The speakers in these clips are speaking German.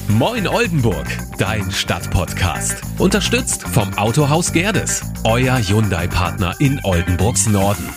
Moin Oldenburg, dein Stadtpodcast. Unterstützt vom Autohaus Gerdes, euer Hyundai-Partner in Oldenburgs Norden.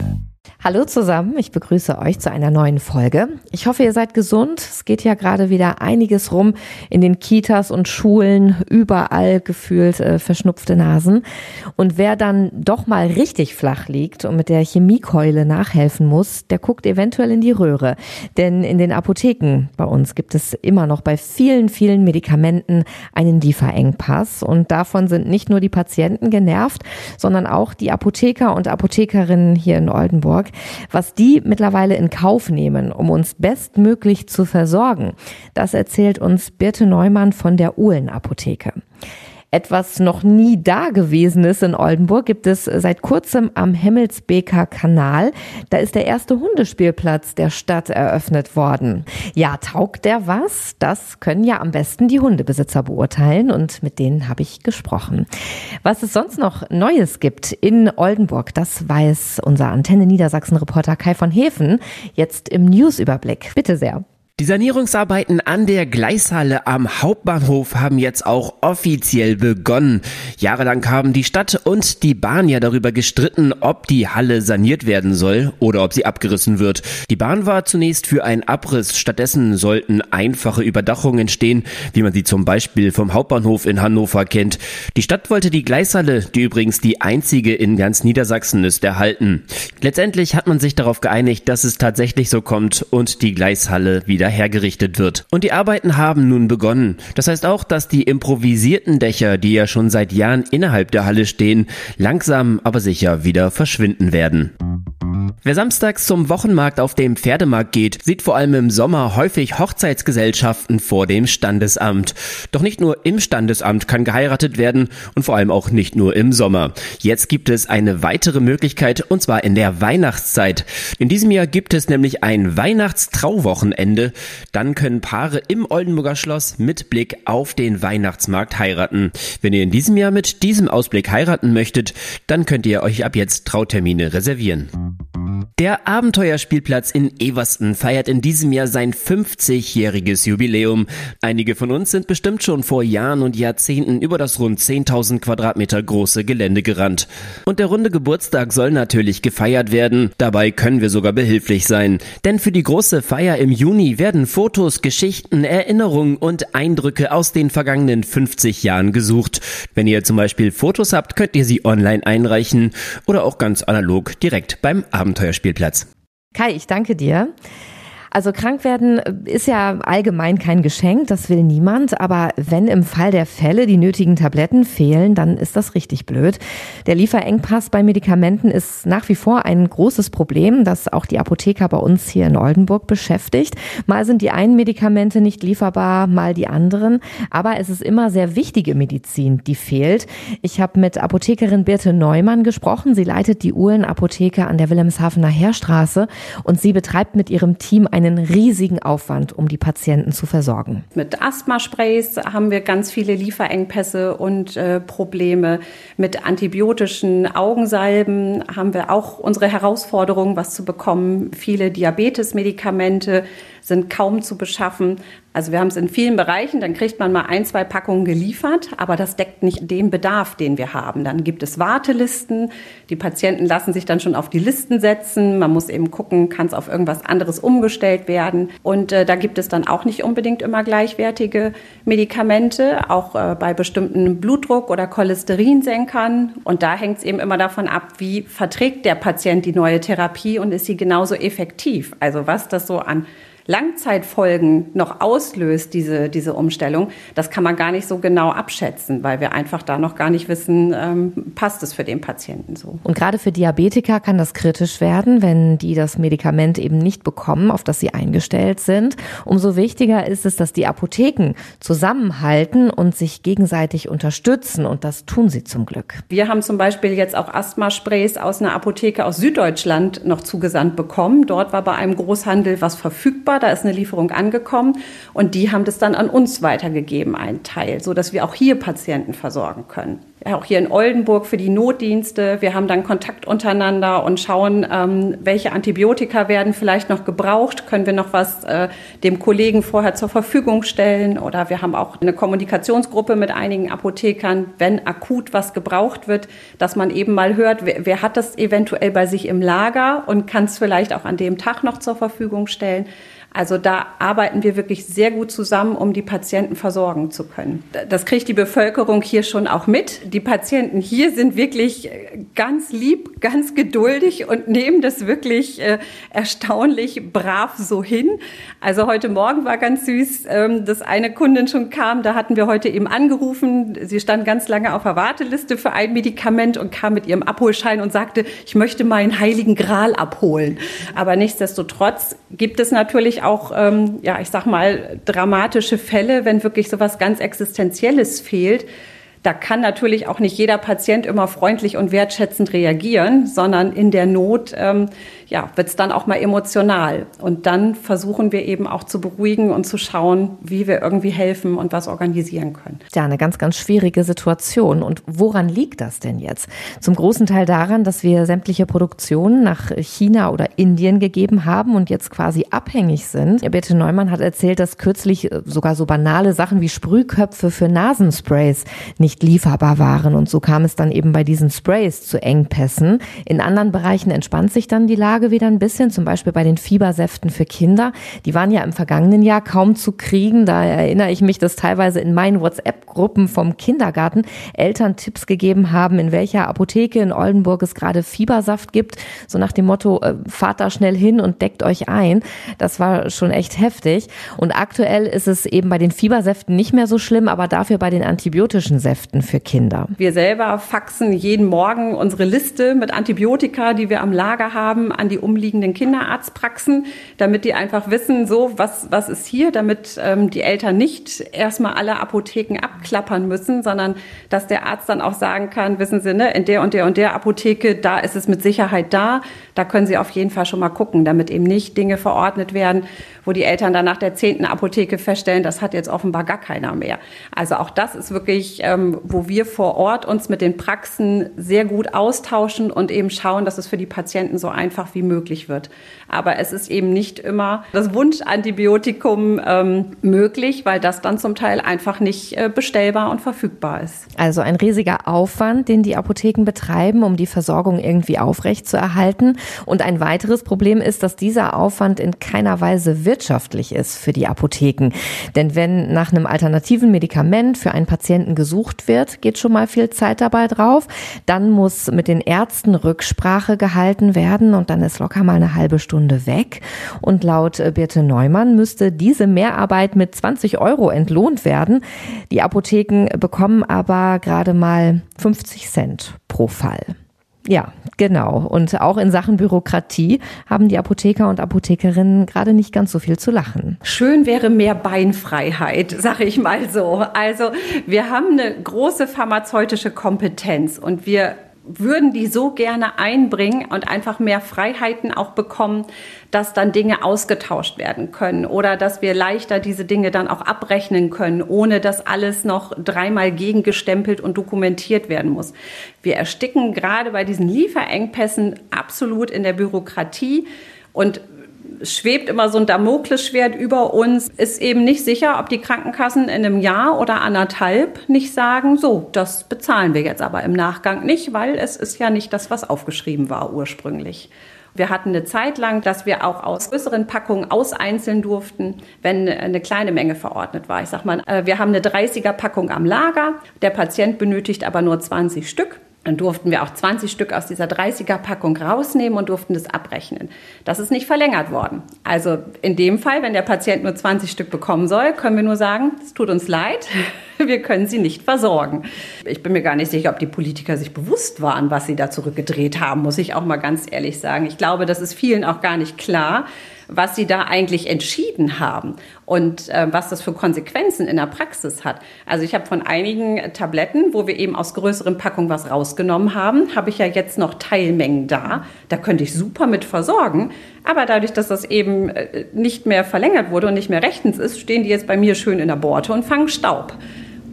Hallo zusammen, ich begrüße euch zu einer neuen Folge. Ich hoffe, ihr seid gesund. Es geht ja gerade wieder einiges rum in den Kitas und Schulen, überall gefühlt verschnupfte Nasen. Und wer dann doch mal richtig flach liegt und mit der Chemiekeule nachhelfen muss, der guckt eventuell in die Röhre. Denn in den Apotheken bei uns gibt es immer noch bei vielen Medikamenten einen Lieferengpass. Und davon sind nicht nur die Patienten genervt, sondern auch die Apotheker und Apothekerinnen hier in Oldenburg. Was die mittlerweile in Kauf nehmen, um uns bestmöglich zu versorgen, das erzählt uns Birte Neumann von der Uhlen-Apotheke. Etwas noch nie Dagewesenes in Oldenburg gibt es seit kurzem am Hemmelsbeker Kanal. Da ist der erste Hundespielplatz der Stadt eröffnet worden. Ja, taugt der was? Das können ja am besten die Hundebesitzer beurteilen und mit denen habe ich gesprochen. Was es sonst noch Neues gibt in Oldenburg, das weiß unser Antenne Niedersachsen-Reporter Kai von Hefen jetzt im Newsüberblick. Bitte sehr. Die Sanierungsarbeiten an der Gleishalle am Hauptbahnhof haben jetzt auch offiziell begonnen. Jahrelang haben die Stadt und die Bahn ja darüber gestritten, ob die Halle saniert werden soll oder ob sie abgerissen wird. Die Bahn war zunächst für einen Abriss. Stattdessen sollten einfache Überdachungen entstehen, wie man sie zum Beispiel vom Hauptbahnhof in Hannover kennt. Die Stadt wollte die Gleishalle, die übrigens die einzige in ganz Niedersachsen ist, erhalten. Letztendlich hat man sich darauf geeinigt, dass es tatsächlich so kommt und die Gleishalle wieder hergerichtet wird. Und die Arbeiten haben nun begonnen. Das heißt auch, dass die improvisierten Dächer, die ja schon seit Jahren innerhalb der Halle stehen, langsam aber sicher wieder verschwinden werden. Wer samstags zum Wochenmarkt auf dem Pferdemarkt geht, sieht vor allem im Sommer häufig Hochzeitsgesellschaften vor dem Standesamt. Doch nicht nur im Standesamt kann geheiratet werden und vor allem auch nicht nur im Sommer. Jetzt gibt es eine weitere Möglichkeit und zwar in der Weihnachtszeit. In diesem Jahr gibt es nämlich ein Weihnachtstrauwochenende. Dann können Paare im Oldenburger Schloss mit Blick auf den Weihnachtsmarkt heiraten. Wenn ihr in diesem Jahr mit diesem Ausblick heiraten möchtet, dann könnt ihr euch ab jetzt Trautermine reservieren. Der Abenteuerspielplatz in Eversten feiert in diesem Jahr sein 50-jähriges Jubiläum. Einige von uns sind bestimmt schon vor Jahren und Jahrzehnten über das rund 10.000 Quadratmeter große Gelände gerannt. Und der runde Geburtstag soll natürlich gefeiert werden. Dabei können wir sogar behilflich sein. Denn für die große Feier im Juni werden Fotos, Geschichten, Erinnerungen und Eindrücke aus den vergangenen 50 Jahren gesucht. Wenn ihr zum Beispiel Fotos habt, könnt ihr sie online einreichen oder auch ganz analog direkt beim Abenteuerspielplatz. Kai, ich danke dir. Also krank werden ist ja allgemein kein Geschenk, das will niemand, aber wenn im Fall der Fälle die nötigen Tabletten fehlen, dann ist das richtig blöd. Der Lieferengpass bei Medikamenten ist nach wie vor ein großes Problem, das auch die Apotheker bei uns hier in Oldenburg beschäftigt. Mal sind die einen Medikamente nicht lieferbar, mal die anderen, aber es ist immer sehr wichtige Medizin, die fehlt. Ich habe mit Apothekerin Birte Neumann gesprochen, sie leitet die Uhlen-Apotheke an der Wilhelmshavener Heerstraße und sie betreibt mit ihrem Team einen riesigen Aufwand, um die Patienten zu versorgen. Mit Asthmasprays haben wir ganz viele Lieferengpässe und Probleme. Mit antibiotischen Augensalben haben wir auch unsere Herausforderung, was zu bekommen. Viele Diabetesmedikamente sind kaum zu beschaffen. Also wir haben es in vielen Bereichen, dann kriegt man mal 1-2 Packungen geliefert, aber das deckt nicht den Bedarf, den wir haben. Dann gibt es Wartelisten, die Patienten lassen sich dann schon auf die Listen setzen. Man muss eben gucken, kann es auf irgendwas anderes umgestellt werden. Und da gibt es dann auch nicht unbedingt immer gleichwertige Medikamente, auch bei bestimmten Blutdruck- oder Cholesterinsenkern. Und da hängt es eben immer davon ab, wie verträgt der Patient die neue Therapie und ist sie genauso effektiv. Also was das so an Langzeitfolgen noch auslöst, diese Umstellung, das kann man gar nicht so genau abschätzen, weil wir einfach da noch gar nicht wissen, passt es für den Patienten so. Und gerade für Diabetiker kann das kritisch werden, wenn die das Medikament eben nicht bekommen, auf das sie eingestellt sind. Umso wichtiger ist es, dass die Apotheken zusammenhalten und sich gegenseitig unterstützen und das tun sie zum Glück. Wir haben zum Beispiel jetzt auch Asthmasprays aus einer Apotheke aus Süddeutschland noch zugesandt bekommen. Dort war bei einem Großhandel was verfügbar. Da ist eine Lieferung angekommen und die haben das dann an uns weitergegeben, einen Teil, so dass wir auch hier Patienten versorgen können. auch hier in Oldenburg für die Notdienste. Wir haben dann Kontakt untereinander und schauen, welche Antibiotika werden vielleicht noch gebraucht. Können wir noch was dem Kollegen vorher zur Verfügung stellen? Oder wir haben auch eine Kommunikationsgruppe mit einigen Apothekern, wenn akut was gebraucht wird, dass man eben mal hört, wer hat das eventuell bei sich im Lager und kann es vielleicht auch an dem Tag noch zur Verfügung stellen. Also da arbeiten wir wirklich sehr gut zusammen, um die Patienten versorgen zu können. Das kriegt die Bevölkerung hier schon auch mit. Die Patienten hier sind wirklich ganz lieb, ganz geduldig und nehmen das wirklich erstaunlich brav so hin. Also heute Morgen war ganz süß, dass eine Kundin schon kam. Da hatten wir heute eben angerufen. Sie stand ganz lange auf der Warteliste für ein Medikament und kam mit ihrem Abholschein und sagte, ich möchte meinen Heiligen Gral abholen. Aber nichtsdestotrotz gibt es natürlich auch, ich sag mal, dramatische Fälle, wenn wirklich so was ganz Existenzielles fehlt. Da kann natürlich auch nicht jeder Patient immer freundlich und wertschätzend reagieren, sondern in der Not wird es dann auch mal emotional. Und dann versuchen wir eben auch zu beruhigen und zu schauen, wie wir irgendwie helfen und was organisieren können. Ja, eine ganz, ganz schwierige Situation. Und woran liegt das denn jetzt? Zum großen Teil daran, dass wir sämtliche Produktionen nach China oder Indien gegeben haben und jetzt quasi abhängig sind. Birte Neumann hat erzählt, dass kürzlich sogar so banale Sachen wie Sprühköpfe für Nasensprays nicht lieferbar waren. Und so kam es dann eben bei diesen Sprays zu Engpässen. In anderen Bereichen entspannt sich dann die Lage wieder ein bisschen, zum Beispiel bei den Fiebersäften für Kinder. Die waren ja im vergangenen Jahr kaum zu kriegen. Da erinnere ich mich, dass teilweise in meinen WhatsApp-Gruppen vom Kindergarten Eltern Tipps gegeben haben, in welcher Apotheke in Oldenburg es gerade Fiebersaft gibt. So nach dem Motto, fahrt da schnell hin und deckt euch ein. Das war schon echt heftig. Und aktuell ist es eben bei den Fiebersäften nicht mehr so schlimm, aber dafür bei den antibiotischen Säften für Kinder. Wir selber faxen jeden Morgen unsere Liste mit Antibiotika, die wir am Lager haben, an die umliegenden Kinderarztpraxen, damit die einfach wissen, so was ist hier, damit die Eltern nicht erstmal alle Apotheken abklappern müssen, sondern dass der Arzt dann auch sagen kann, wissen Sie, ne, in der und der und der Apotheke, da ist es mit Sicherheit da können Sie auf jeden Fall schon mal gucken, damit eben nicht Dinge verordnet werden, wo die Eltern dann nach der 10. Apotheke feststellen, das hat jetzt offenbar gar keiner mehr. Also auch das ist wirklich, wo wir vor Ort uns mit den Praxen sehr gut austauschen und eben schauen, dass es für die Patienten so einfach wie möglich wird. Aber es ist eben nicht immer das Wunschantibiotikum möglich, weil das dann zum Teil einfach nicht bestellbar und verfügbar ist. Also ein riesiger Aufwand, den die Apotheken betreiben, um die Versorgung irgendwie aufrechtzuerhalten. Und ein weiteres Problem ist, dass dieser Aufwand in keiner Weise wirtschaftlich ist für die Apotheken. Denn wenn nach einem alternativen Medikament für einen Patienten gesucht wird, geht schon mal viel Zeit dabei drauf. Dann muss mit den Ärzten Rücksprache gehalten werden und dann ist locker mal eine halbe Stunde weg. Und laut Birte Neumann müsste diese Mehrarbeit mit 20 € entlohnt werden. Die Apotheken bekommen aber gerade mal 50 Cent pro Fall. Ja, genau. Und auch in Sachen Bürokratie haben die Apotheker und Apothekerinnen gerade nicht ganz so viel zu lachen. Schön wäre mehr Beinfreiheit, sage ich mal so. Also wir haben eine große pharmazeutische Kompetenz und wir würden die so gerne einbringen und einfach mehr Freiheiten auch bekommen, dass dann Dinge ausgetauscht werden können oder dass wir leichter diese Dinge dann auch abrechnen können, ohne dass alles noch 3-mal gegengestempelt und dokumentiert werden muss. Wir ersticken gerade bei diesen Lieferengpässen absolut in der Bürokratie und es schwebt immer so ein Damoklesschwert über uns, ist eben nicht sicher, ob die Krankenkassen in einem Jahr oder 1,5 nicht sagen, so, das bezahlen wir jetzt aber im Nachgang nicht, weil es ist ja nicht das, was aufgeschrieben war ursprünglich. Wir hatten eine Zeit lang, dass wir auch aus größeren Packungen auseinzeln durften, wenn eine kleine Menge verordnet war. Ich sag mal, wir haben eine 30er-Packung am Lager, der Patient benötigt aber nur 20 Stück. Dann durften wir auch 20 Stück aus dieser 30er-Packung rausnehmen und durften das abrechnen. Das ist nicht verlängert worden. Also in dem Fall, wenn der Patient nur 20 Stück bekommen soll, können wir nur sagen, es tut uns leid, wir können sie nicht versorgen. Ich bin mir gar nicht sicher, ob die Politiker sich bewusst waren, was sie da zurückgedreht haben, muss ich auch mal ganz ehrlich sagen. Ich glaube, das ist vielen auch gar nicht klar, was sie da eigentlich entschieden haben und was das für Konsequenzen in der Praxis hat. Also ich habe von einigen Tabletten, wo wir eben aus größeren Packungen was rausgenommen haben, habe ich ja jetzt noch Teilmengen da. Da könnte ich super mit versorgen. Aber dadurch, dass das eben nicht mehr verlängert wurde und nicht mehr rechtens ist, stehen die jetzt bei mir schön in der Borte und fangen Staub.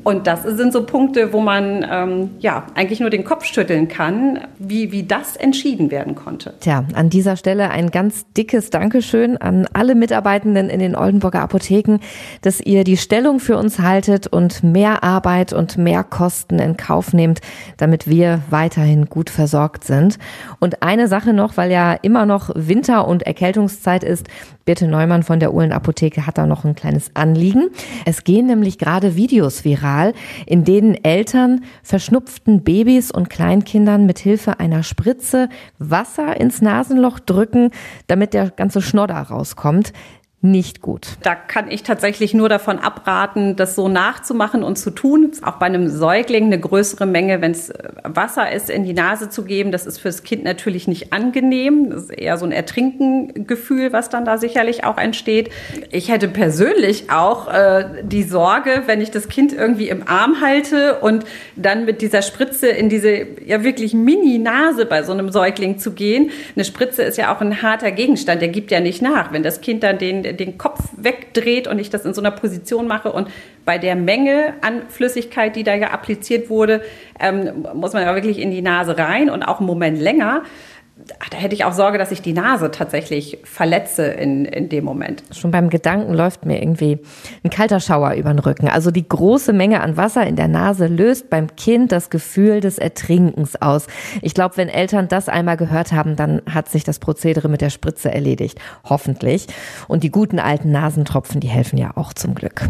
Und das sind so Punkte, wo man eigentlich nur den Kopf schütteln kann, wie das entschieden werden konnte. Tja, an dieser Stelle ein ganz dickes Dankeschön an alle Mitarbeitenden in den Oldenburger Apotheken, dass ihr die Stellung für uns haltet und mehr Arbeit und mehr Kosten in Kauf nehmt, damit wir weiterhin gut versorgt sind. Und eine Sache noch, weil ja immer noch Winter- und Erkältungszeit ist, Birte Neumann von der Uhlen Apotheke hat da noch ein kleines Anliegen. Es gehen nämlich gerade Videos viral, in denen Eltern verschnupften Babys und Kleinkindern mit Hilfe einer Spritze Wasser ins Nasenloch drücken, damit der ganze Schnodder rauskommt. Nicht gut. Da kann ich tatsächlich nur davon abraten, das so nachzumachen und zu tun. Auch bei einem Säugling eine größere Menge, wenn es Wasser ist, in die Nase zu geben. Das ist fürs Kind natürlich nicht angenehm. Das ist eher so ein Ertrinkengefühl, was dann da sicherlich auch entsteht. Ich hätte persönlich auch die Sorge, wenn ich das Kind irgendwie im Arm halte und dann mit dieser Spritze in diese ja wirklich Mini-Nase bei so einem Säugling zu gehen. Eine Spritze ist ja auch ein harter Gegenstand, der gibt ja nicht nach. Wenn das Kind dann den Kopf wegdreht und ich das in so einer Position mache und bei der Menge an Flüssigkeit, die da ja appliziert wurde, muss man ja wirklich in die Nase rein und auch einen Moment länger. Da hätte ich auch Sorge, dass ich die Nase tatsächlich verletze in dem Moment. Schon beim Gedanken läuft mir irgendwie ein kalter Schauer über den Rücken. Also die große Menge an Wasser in der Nase löst beim Kind das Gefühl des Ertrinkens aus. Ich glaube, wenn Eltern das einmal gehört haben, dann hat sich das Prozedere mit der Spritze erledigt. Hoffentlich. Und die guten alten Nasentropfen, die helfen ja auch zum Glück.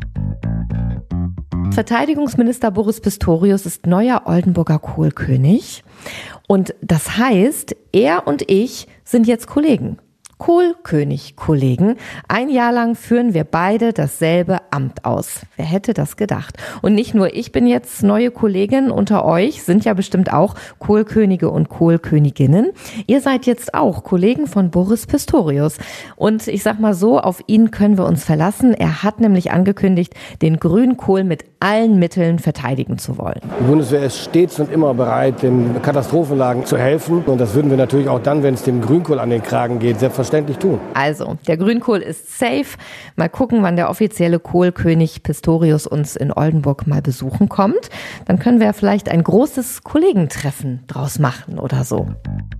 Verteidigungsminister Boris Pistorius ist neuer Oldenburger Kohlkönig. Und das heißt, er und ich sind jetzt Kollegen. Kohlkönig-Kollegen. Ein Jahr lang führen wir beide dasselbe Amt aus. Wer hätte das gedacht? Und nicht nur ich bin jetzt neue Kollegin unter euch, sind ja bestimmt auch Kohlkönige und Kohlköniginnen. Ihr seid jetzt auch Kollegen von Boris Pistorius. Und ich sag mal so, auf ihn können wir uns verlassen. Er hat nämlich angekündigt, den Grünkohl mit allen Mitteln verteidigen zu wollen. Die Bundeswehr ist stets und immer bereit, den Katastrophenlagen zu helfen. Und das würden wir natürlich auch dann, wenn es dem Grünkohl an den Kragen geht, selbstverständlich tun. Also, der Grünkohl ist safe. Mal gucken, wann der offizielle Kohlkönig Pistorius uns in Oldenburg mal besuchen kommt. Dann können wir vielleicht ein großes Kollegentreffen draus machen oder so.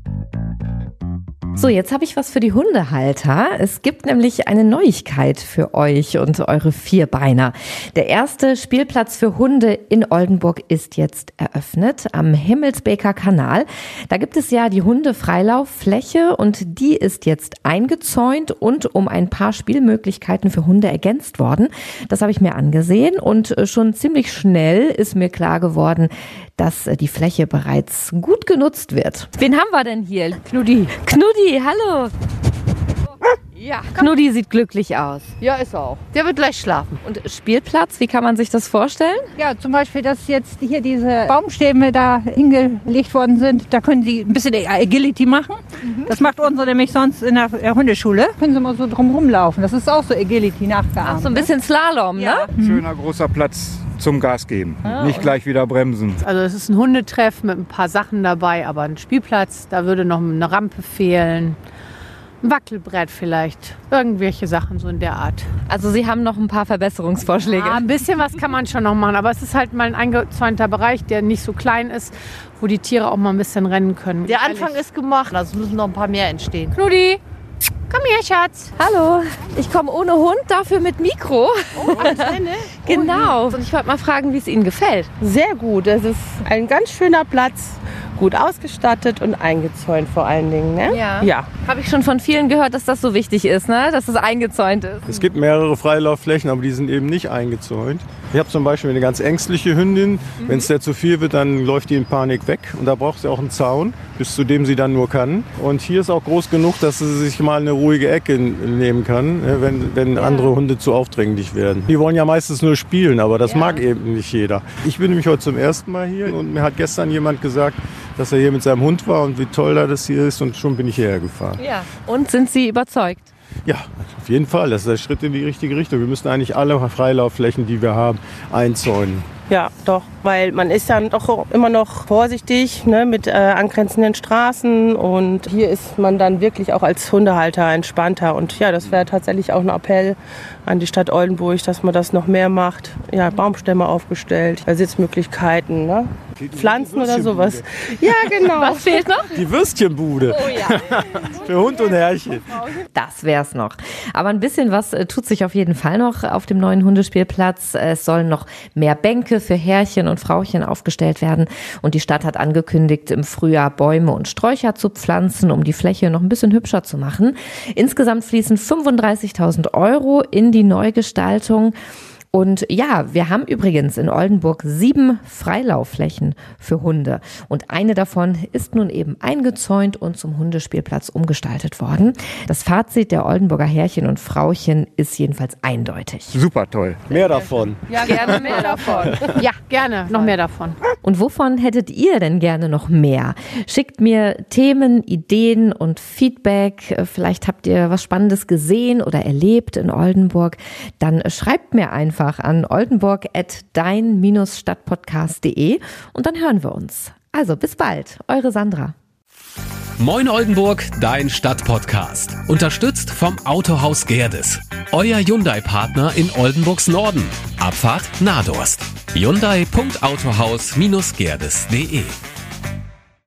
So, jetzt habe ich was für die Hundehalter. Es gibt nämlich eine Neuigkeit für euch und eure Vierbeiner. Der erste Spielplatz für Hunde in Oldenburg ist jetzt eröffnet am Himmelsbeker Kanal. Da gibt es ja die Hundefreilauffläche und die ist jetzt eingezäunt und um ein paar Spielmöglichkeiten für Hunde ergänzt worden. Das habe ich mir angesehen und schon ziemlich schnell ist mir klar geworden, dass die Fläche bereits gut genutzt wird. Wen haben wir denn hier? Knudi. Knudi, hallo. Ja, Knudi sieht glücklich aus. Ja, ist er auch. Der wird gleich schlafen. Und Spielplatz, wie kann man sich das vorstellen? Ja, zum Beispiel, dass jetzt hier diese Baumstämme da hingelegt worden sind. Da können Sie ein bisschen Agility machen. Das macht unsere nämlich sonst in der Hundeschule. Können Sie mal so drum rumlaufen. Das ist auch so Agility nachgeahmt. Ach, so ein bisschen Slalom, ja. Ne? Schöner großer Platz zum Gas geben. Nicht gleich wieder bremsen. Also es ist ein Hundetreff mit ein paar Sachen dabei, aber ein Spielplatz, da würde noch eine Rampe fehlen. Ein Wackelbrett vielleicht, irgendwelche Sachen so in der Art. Also Sie haben noch ein paar Verbesserungsvorschläge. Ja, ein bisschen was kann man schon noch machen, aber es ist halt mal ein eingezäunter Bereich, der nicht so klein ist, wo die Tiere auch mal ein bisschen rennen können. Der Anfang ist gemacht, also müssen noch ein paar mehr entstehen. Knudi, komm her, Schatz. Hallo, ich komme ohne Hund, dafür mit Mikro. Oh, alles drin, Genau. Und ich wollte mal fragen, wie es Ihnen gefällt. Sehr gut. Es ist ein ganz schöner Platz, gut ausgestattet und eingezäunt vor allen Dingen. Ne? Ja. Habe ich schon von vielen gehört, dass das so wichtig ist, ne? Dass es eingezäunt ist. Es gibt mehrere Freilaufflächen, aber die sind eben nicht eingezäunt. Ich habe zum Beispiel eine ganz ängstliche Hündin. Wenn es der zu viel wird, dann läuft die in Panik weg. Und da braucht sie auch einen Zaun, bis zu dem sie dann nur kann. Und hier ist auch groß genug, dass sie sich mal eine ruhige Ecke nehmen kann, wenn andere Hunde zu aufdringlich werden. Die wollen ja meistens nur spielen, aber das mag eben nicht jeder. Ich bin nämlich heute zum ersten Mal hier und mir hat gestern jemand gesagt, dass er hier mit seinem Hund war und wie toll das hier ist und schon bin ich hierher gefahren. Ja. Und sind Sie überzeugt? Ja, auf jeden Fall. Das ist der Schritt in die richtige Richtung. Wir müssen eigentlich alle Freilaufflächen, die wir haben, einzäunen. Ja, doch, weil man ist dann doch immer noch vorsichtig, ne, mit angrenzenden Straßen und hier ist man dann wirklich auch als Hundehalter entspannter und ja, das wäre tatsächlich auch ein Appell an die Stadt Oldenburg, dass man das noch mehr macht. Ja, Baumstämme aufgestellt, Sitzmöglichkeiten, ne? Pflanzen oder sowas. Ja, genau. Was fehlt noch? Die Würstchenbude. Oh ja. Für Hund und Herrchen. Das wär's noch. Aber ein bisschen was tut sich auf jeden Fall noch auf dem neuen Hundespielplatz. Es sollen noch mehr Bänke für Herrchen und Frauchen aufgestellt werden. Und die Stadt hat angekündigt, im Frühjahr Bäume und Sträucher zu pflanzen, um die Fläche noch ein bisschen hübscher zu machen. Insgesamt fließen 35.000 € in die Neugestaltung. Und ja, wir haben übrigens in Oldenburg 7 Freilaufflächen für Hunde. Und eine davon ist nun eben eingezäunt und zum Hundespielplatz umgestaltet worden. Das Fazit der Oldenburger Herrchen und Frauchen ist jedenfalls eindeutig. Super toll. Mehr davon. Ja, gerne mehr davon. Ja, gerne. Noch mehr davon. Und wovon hättet ihr denn gerne noch mehr? Schickt mir Themen, Ideen und Feedback. Vielleicht habt ihr was Spannendes gesehen oder erlebt in Oldenburg. Dann schreibt mir einfach an oldenburg@dein-stadtpodcast.de und dann hören wir uns. Also bis bald, eure Sandra. Moin Oldenburg, dein Stadtpodcast. Unterstützt vom Autohaus Gerdes. Euer Hyundai-Partner in Oldenburgs Norden. Abfahrt Nadorst. Hyundai.autohaus-gerdes.de